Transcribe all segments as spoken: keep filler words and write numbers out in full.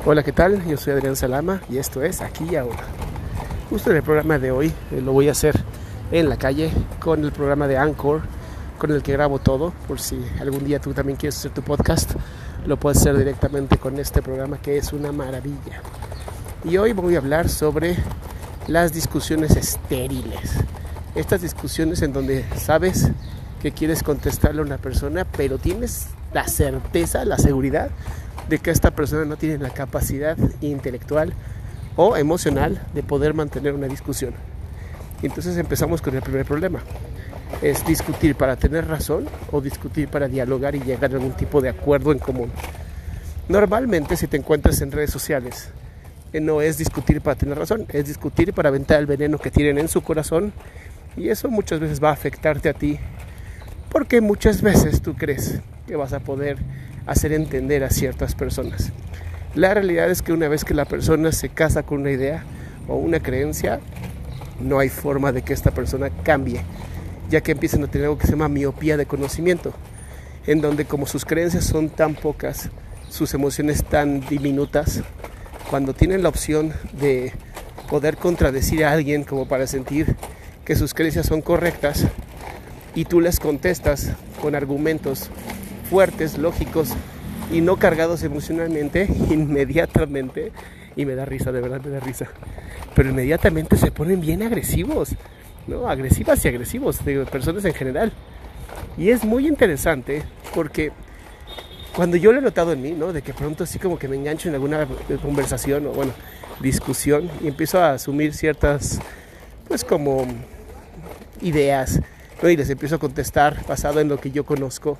Hola, ¿qué tal? Yo soy Adrián Salama y esto es Aquí y Ahora. Justo en el programa de hoy eh, lo voy a hacer en la calle con el programa de Anchor, con el que grabo todo. Por si algún día tú también quieres hacer tu podcast, lo puedes hacer directamente con este programa, que es una maravilla. Y hoy voy a hablar sobre las discusiones estériles. Estas discusiones en donde sabes que quieres contestarle a una persona, pero tienes la certeza, la seguridad de que esta persona no tiene la capacidad intelectual o emocional de poder mantener una discusión. Entonces empezamos con el primer problema. ¿Es discutir para tener razón o discutir para dialogar y llegar a algún tipo de acuerdo en común? Normalmente, si te encuentras en redes sociales, no es discutir para tener razón, es discutir para aventar el veneno que tienen en su corazón, y eso muchas veces va a afectarte a ti, porque muchas veces tú crees que vas a poder hacer entender a ciertas personas. La realidad es que una vez que la persona se casa con una idea o una creencia, no hay forma de que esta persona cambie, ya que empiezan a tener algo que se llama miopía de conocimiento, en donde como sus creencias son tan pocas, sus emociones tan diminutas, cuando tienen la opción de poder contradecir a alguien como para sentir que sus creencias son correctas, y tú les contestas con argumentos fuertes, lógicos y no cargados emocionalmente, inmediatamente, y me da risa, de verdad me da risa, pero inmediatamente se ponen bien agresivos, ¿no? Agresivas y agresivos, de personas en general. Y es muy interesante porque cuando yo lo he notado en mí, ¿no? De que pronto así como que me engancho en alguna conversación o bueno, discusión, y empiezo a asumir ciertas, pues como ideas, ¿no? Y les empiezo a contestar basado en lo que yo conozco.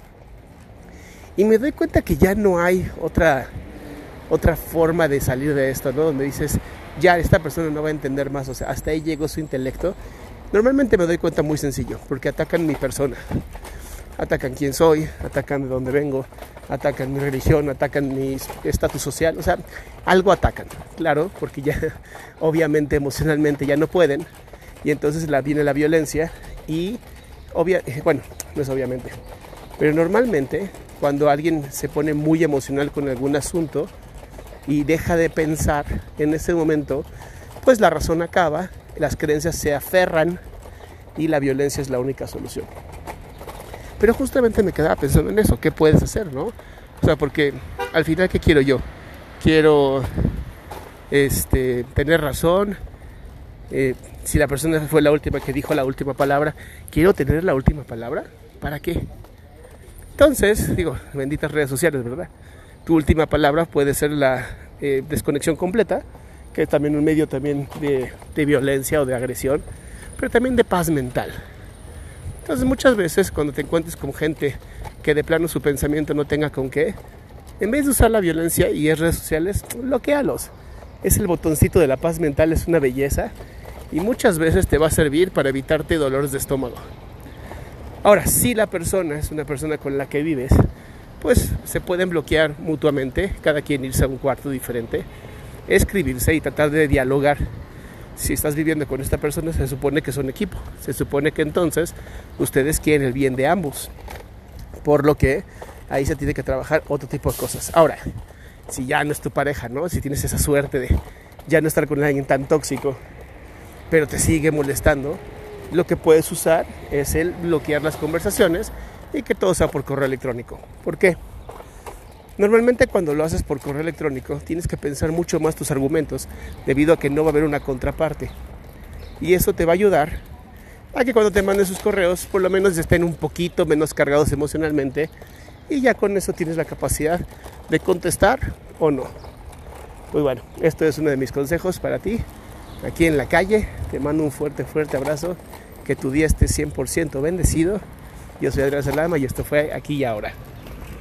Y me doy cuenta que ya no hay otra, otra forma de salir de esto, ¿no? Donde dices, ya esta persona no va a entender más, o sea, hasta ahí llegó su intelecto. Normalmente me doy cuenta muy sencillo, porque atacan mi persona, atacan quién soy, atacan de dónde vengo, atacan mi religión, atacan mi estatus social, o sea, algo atacan, claro, porque ya obviamente emocionalmente ya no pueden, y entonces la, viene la violencia, y obvia, bueno, no es obviamente, pero normalmente cuando alguien se pone muy emocional con algún asunto y deja de pensar en ese momento, pues la razón acaba, las creencias se aferran y la violencia es la única solución. Pero justamente me quedaba pensando en eso, ¿qué puedes hacer, no? O sea, porque al final, ¿qué quiero yo? Quiero este, tener razón. Eh, si la persona fue la última que dijo la última palabra, ¿quiero tener la última palabra? ¿Para qué? Entonces, digo, benditas redes sociales, ¿verdad? Tu última palabra puede ser la eh, desconexión completa, que es también un medio también de, de violencia o de agresión, pero también de paz mental. Entonces, muchas veces cuando te encuentres con gente que de plano su pensamiento no tenga con qué, en vez de usar la violencia y es redes sociales, bloquéalos. Es el botoncito de la paz mental, es una belleza, y muchas veces te va a servir para evitarte dolores de estómago. Ahora, si la persona es una persona con la que vives, pues se pueden bloquear mutuamente, cada quien irse a un cuarto diferente, escribirse y tratar de dialogar. Si estás viviendo con esta persona, se supone que son equipo, se supone que entonces ustedes quieren el bien de ambos, por lo que ahí se tiene que trabajar otro tipo de cosas. Ahora, si ya no es tu pareja, ¿no? Si tienes esa suerte de ya no estar con alguien tan tóxico, pero te sigue molestando, lo que puedes usar es el bloquear las conversaciones y que todo sea por correo electrónico. ¿Por qué? Normalmente cuando lo haces por correo electrónico tienes que pensar mucho más tus argumentos, debido a que no va a haber una contraparte. Y eso te va a ayudar a que cuando te manden sus correos, por lo menos estén un poquito menos cargados emocionalmente, y ya con eso tienes la capacidad de contestar o no. Pues bueno, esto es uno de mis consejos para ti, aquí en la calle. Te mando un fuerte, fuerte abrazo. Que tu día esté cien por ciento bendecido. Yo soy Adrián Salama y esto fue Aquí y Ahora.